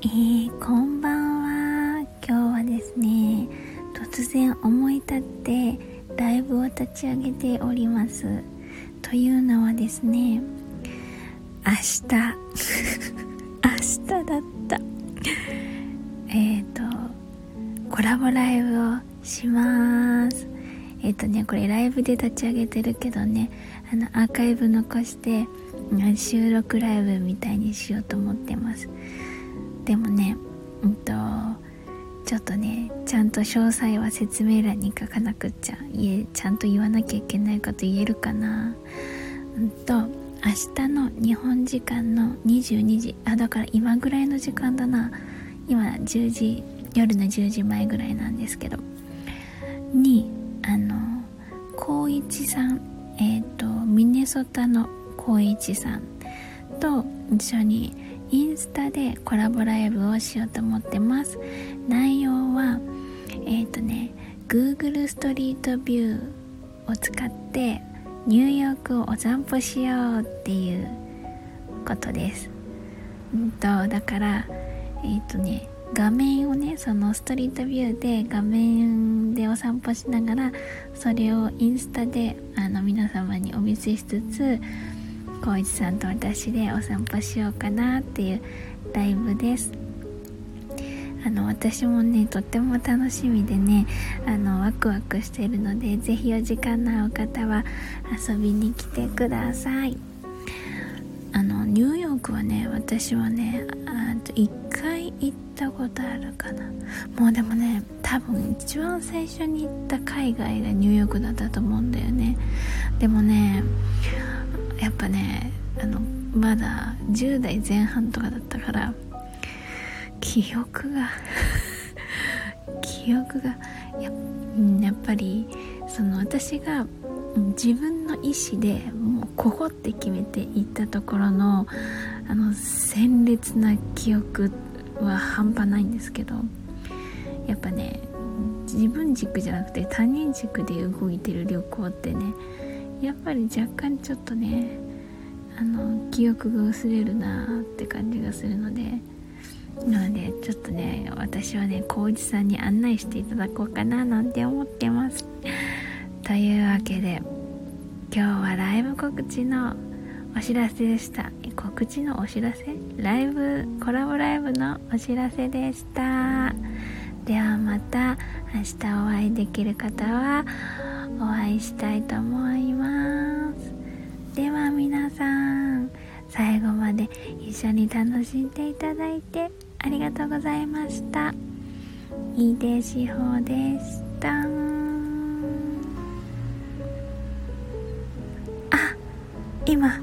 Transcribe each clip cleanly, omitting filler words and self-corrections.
こんばんは。今日はですね、突然思い立ってライブを立ち上げております。というのはですね、明日だったコラボライブをします。これライブで立ち上げてるけどね、アーカイブ残して収録ライブみたいにしようと思ってます。でもね、ちょっとね、ちゃんと詳細は説明欄に書かなくっちゃ。ちゃんと言わなきゃいけないこと言えるかな。明日の日本時間の22時、だから今ぐらいの時間だな。今10時、夜の10時前ぐらいなんですけど、に光一さん、ミネソタの光一さんと一緒にインスタでコラボライブをしようと思ってます。内容はGoogle ストリートビューを使ってニューヨークをお散歩しようっていうことです。だから画面をね、そのストリートビューで画面でお散歩しながら、それをインスタで皆様にお見せしつつ、光一さんと私でお散歩しようかなっていうライブです。私もね、とっても楽しみでね、ワクワクしているので、ぜひお時間の合う方は遊びに来てください。ニューヨークはね、私はね、1回行ったことあるかな。もうでもね、多分一番最初に行った海外がニューヨークだったと思うんだよね。でもね、やっぱね、まだ10代前半とかだったから、記憶がやっぱり私が自分の意思でもうここって決めて行ったところの鮮烈な記憶は半端ないんですけど、やっぱね、自分軸じゃなくて他人軸で動いてる旅行ってね、やっぱり若干ちょっとね、記憶が薄れるなって感じがするので、ちょっとね、私はね、光一さんに案内していただこうかななんて思ってます。というわけで、今日はライブ告知のお知らせでした。告知のお知らせ？コラボライブのお知らせでした。ではまた明日お会いできる方はお会いしたいと思います。では皆さん、最後まで一緒に楽しんでいただいてありがとうございました。井出志保でした。今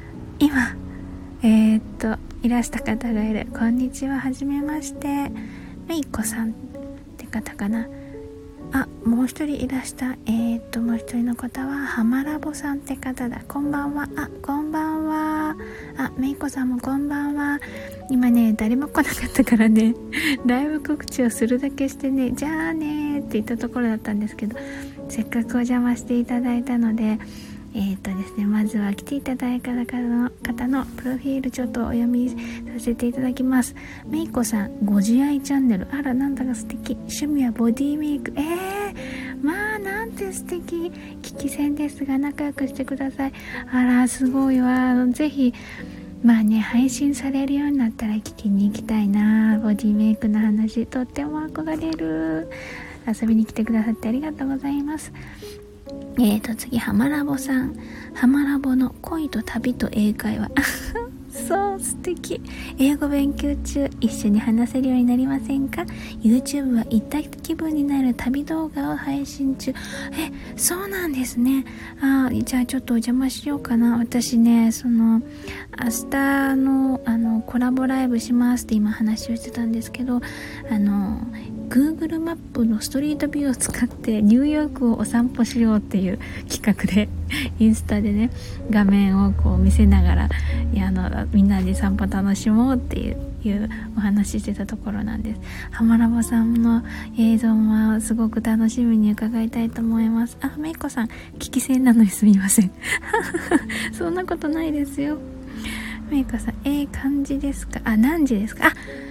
いらした方がいる。こんにちは、はじめまして。めいこさんって方かな。もう一人いらした。もう一人の方ははまらぼさんって方だ。こんばんは。こんばんは。めいこさんもこんばんは。今ね、誰も来なかったからね、ライブ告知をするだけしてね、じゃあねって言ったところだったんですけど、せっかくお邪魔していただいたので、ですね、まずは来ていただいた方のプロフィールちょっとお読みさせていただきます。めいこさん、ご自愛チャンネル。なんだか素敵。趣味はボディメイク。なんて素敵。聞き戦ですが仲良くしてください。すごいわ。ぜひ配信されるようになったら聞きに行きたいな。ボディメイクの話、とっても憧れる。遊びに来てくださってありがとうございます。次、はまらぼさん。はまらぼの恋と旅と英会話。そう素敵。英語勉強中、一緒に話せるようになりませんか？ YouTube は行った気分になる旅動画を配信中。そうなんですね。じゃあちょっとお邪魔しようかな。私ね、明日のコラボライブしますって今話をしてたんですけど、Google マップのストリートビューを使ってニューヨークをお散歩しようっていう企画で、インスタでね、画面をこう見せながら、みんなで散歩楽しもうっていうお話ししてたところなんです。はまらぼさんの映像もすごく楽しみに伺いたいと思います。めいこさん、聞き戦なのにすみません。そんなことないですよ。めいこさん、感じですか？何時ですか？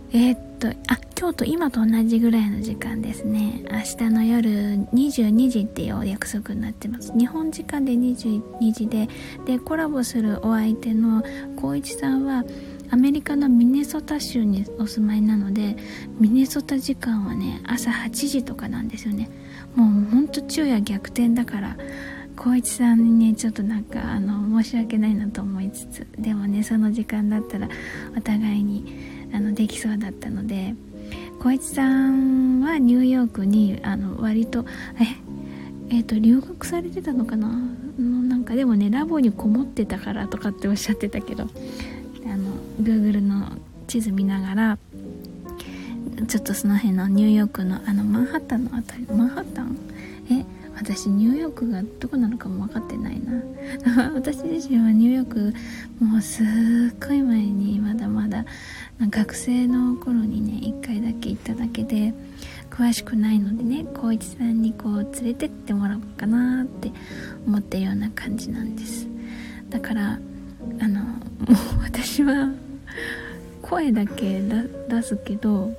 今日と今と同じぐらいの時間ですね。明日の夜22時っていうお約束になってます。日本時間で22時でコラボするお相手の光一さんはアメリカのミネソタ州にお住まいなので、ミネソタ時間はね朝8時とかなんですよね。もうほんと昼夜逆転だから、光一さんにねちょっとなんか申し訳ないなと思いつつ、でもねその時間だったらお互いにできそうだったので、光一さんはニューヨークに割と留学されてたのかな、なんかでもねラボにこもってたからとかっておっしゃってたけど、Google の地図見ながらちょっとその辺のニューヨークのマンハッタンのあたり、マンハッタン私ニューヨークがどこなのかも分かってないな私自身はニューヨークもうすっごい前にまだまだ学生の頃にね1回だけ行っただけで詳しくないのでね、光一さんにこう連れてってもらおうかなって思ってるような感じなんです。だからもう私は声だけ出すけど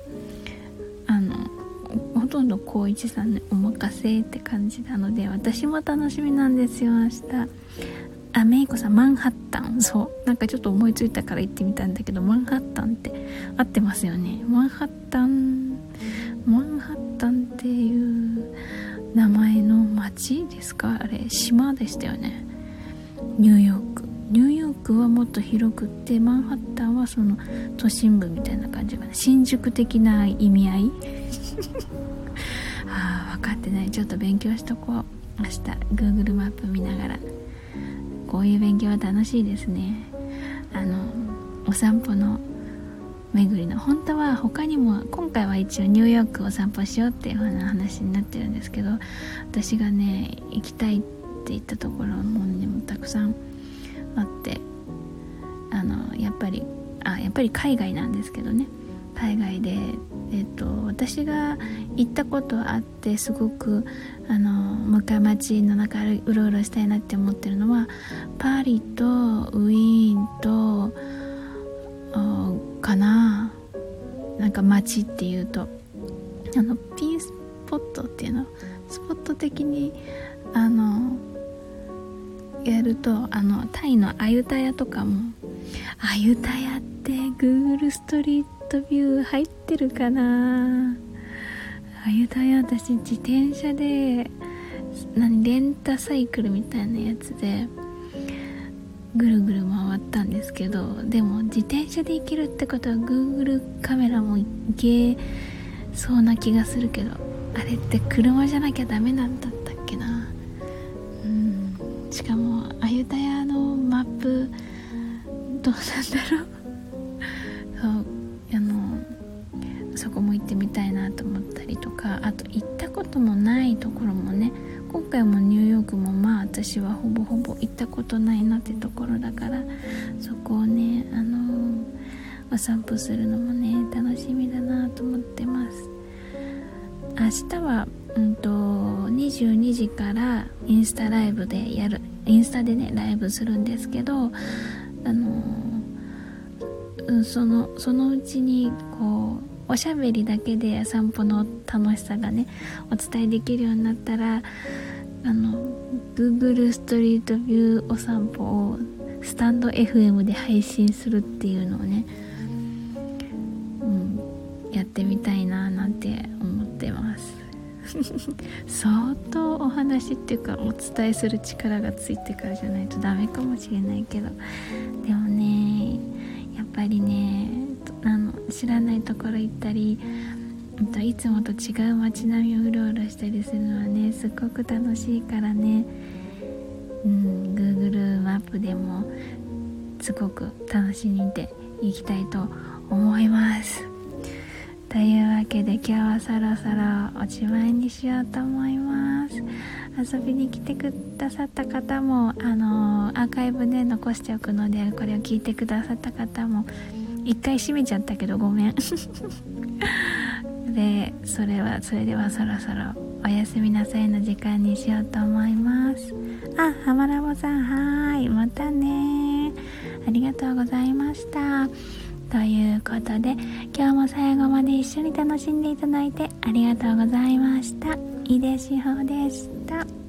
ほとんど光一さんにお任せって感じなので、私も楽しみなんですよ明日。メイコさんマンハッタン、そうなんかちょっと思いついたから言ってみたんだけど、マンハッタンって合ってますよね。マンハッタンっていう名前の街ですか？あれ島でしたよね。ニューヨークはもっと広くって、マンハッタンはその都心部みたいな感じかな、新宿的な意味合い分かってない。ちょっと勉強しとこう明日。 Google マップ見ながら。こういう勉強は楽しいですね。お散歩の巡りの、本当は他にも今回は一応ニューヨークを散歩しようっていう風な話になってるんですけど、私がね行きたいって言ったところもねもたくさんあって、やっぱり海外なんですけどね、海外で私が行ったことあってすごくもう一回街の中うろうろしたいなって思ってるのはパリとウィーンとかな。なんか街っていうとピンスポットっていうの、スポット的にやるとタイのアユタヤとかも、アユタヤって Google ストリートビュー入ってるかな。アユタヤ私自転車でレンタサイクルみたいなやつでぐるぐる回ったんですけど、でも自転車で行けるってことは Google カメラも行けそうな気がするけど、あれって車じゃなきゃダメなんだったっけな。しかもアユタヤのマップどうなんだろうそこも行ってみたいなと思ったりとか、あと行ったこともないところもね、今回もニューヨークも私はほぼほぼ行ったことないなってところだから、そこをねお散歩するのもね楽しみだなと思ってます。明日は22時からインスタライブでインスタでねライブするんですけど、そのうちにこうおしゃべりだけで散歩の楽しさがねお伝えできるようになったらGoogle ストリートビューお散歩をスタンド FM で配信するっていうのをね、やってみたいななんて思ってます相当お話っていうかお伝えする力がついてからじゃないとダメかもしれないけど、でもねやっぱりね知らないところ行ったりいつもと違う街並みをうろうろしたりするのはねすっごく楽しいからね、Google マップでもすごく楽しんでいきたいと思います。というわけで今日はそろそろおしまいにしようと思います。遊びに来てくださった方もアーカイブで残しておくので、これを聞いてくださった方も一回閉めちゃったけどごめんでそれではそろそろおやすみなさいの時間にしようと思います。ハマラボさん、はーい、またね、ありがとうございました。 ということで、今日も最後まで一緒に楽しんでいただいてありがとうございました。井出志保でした。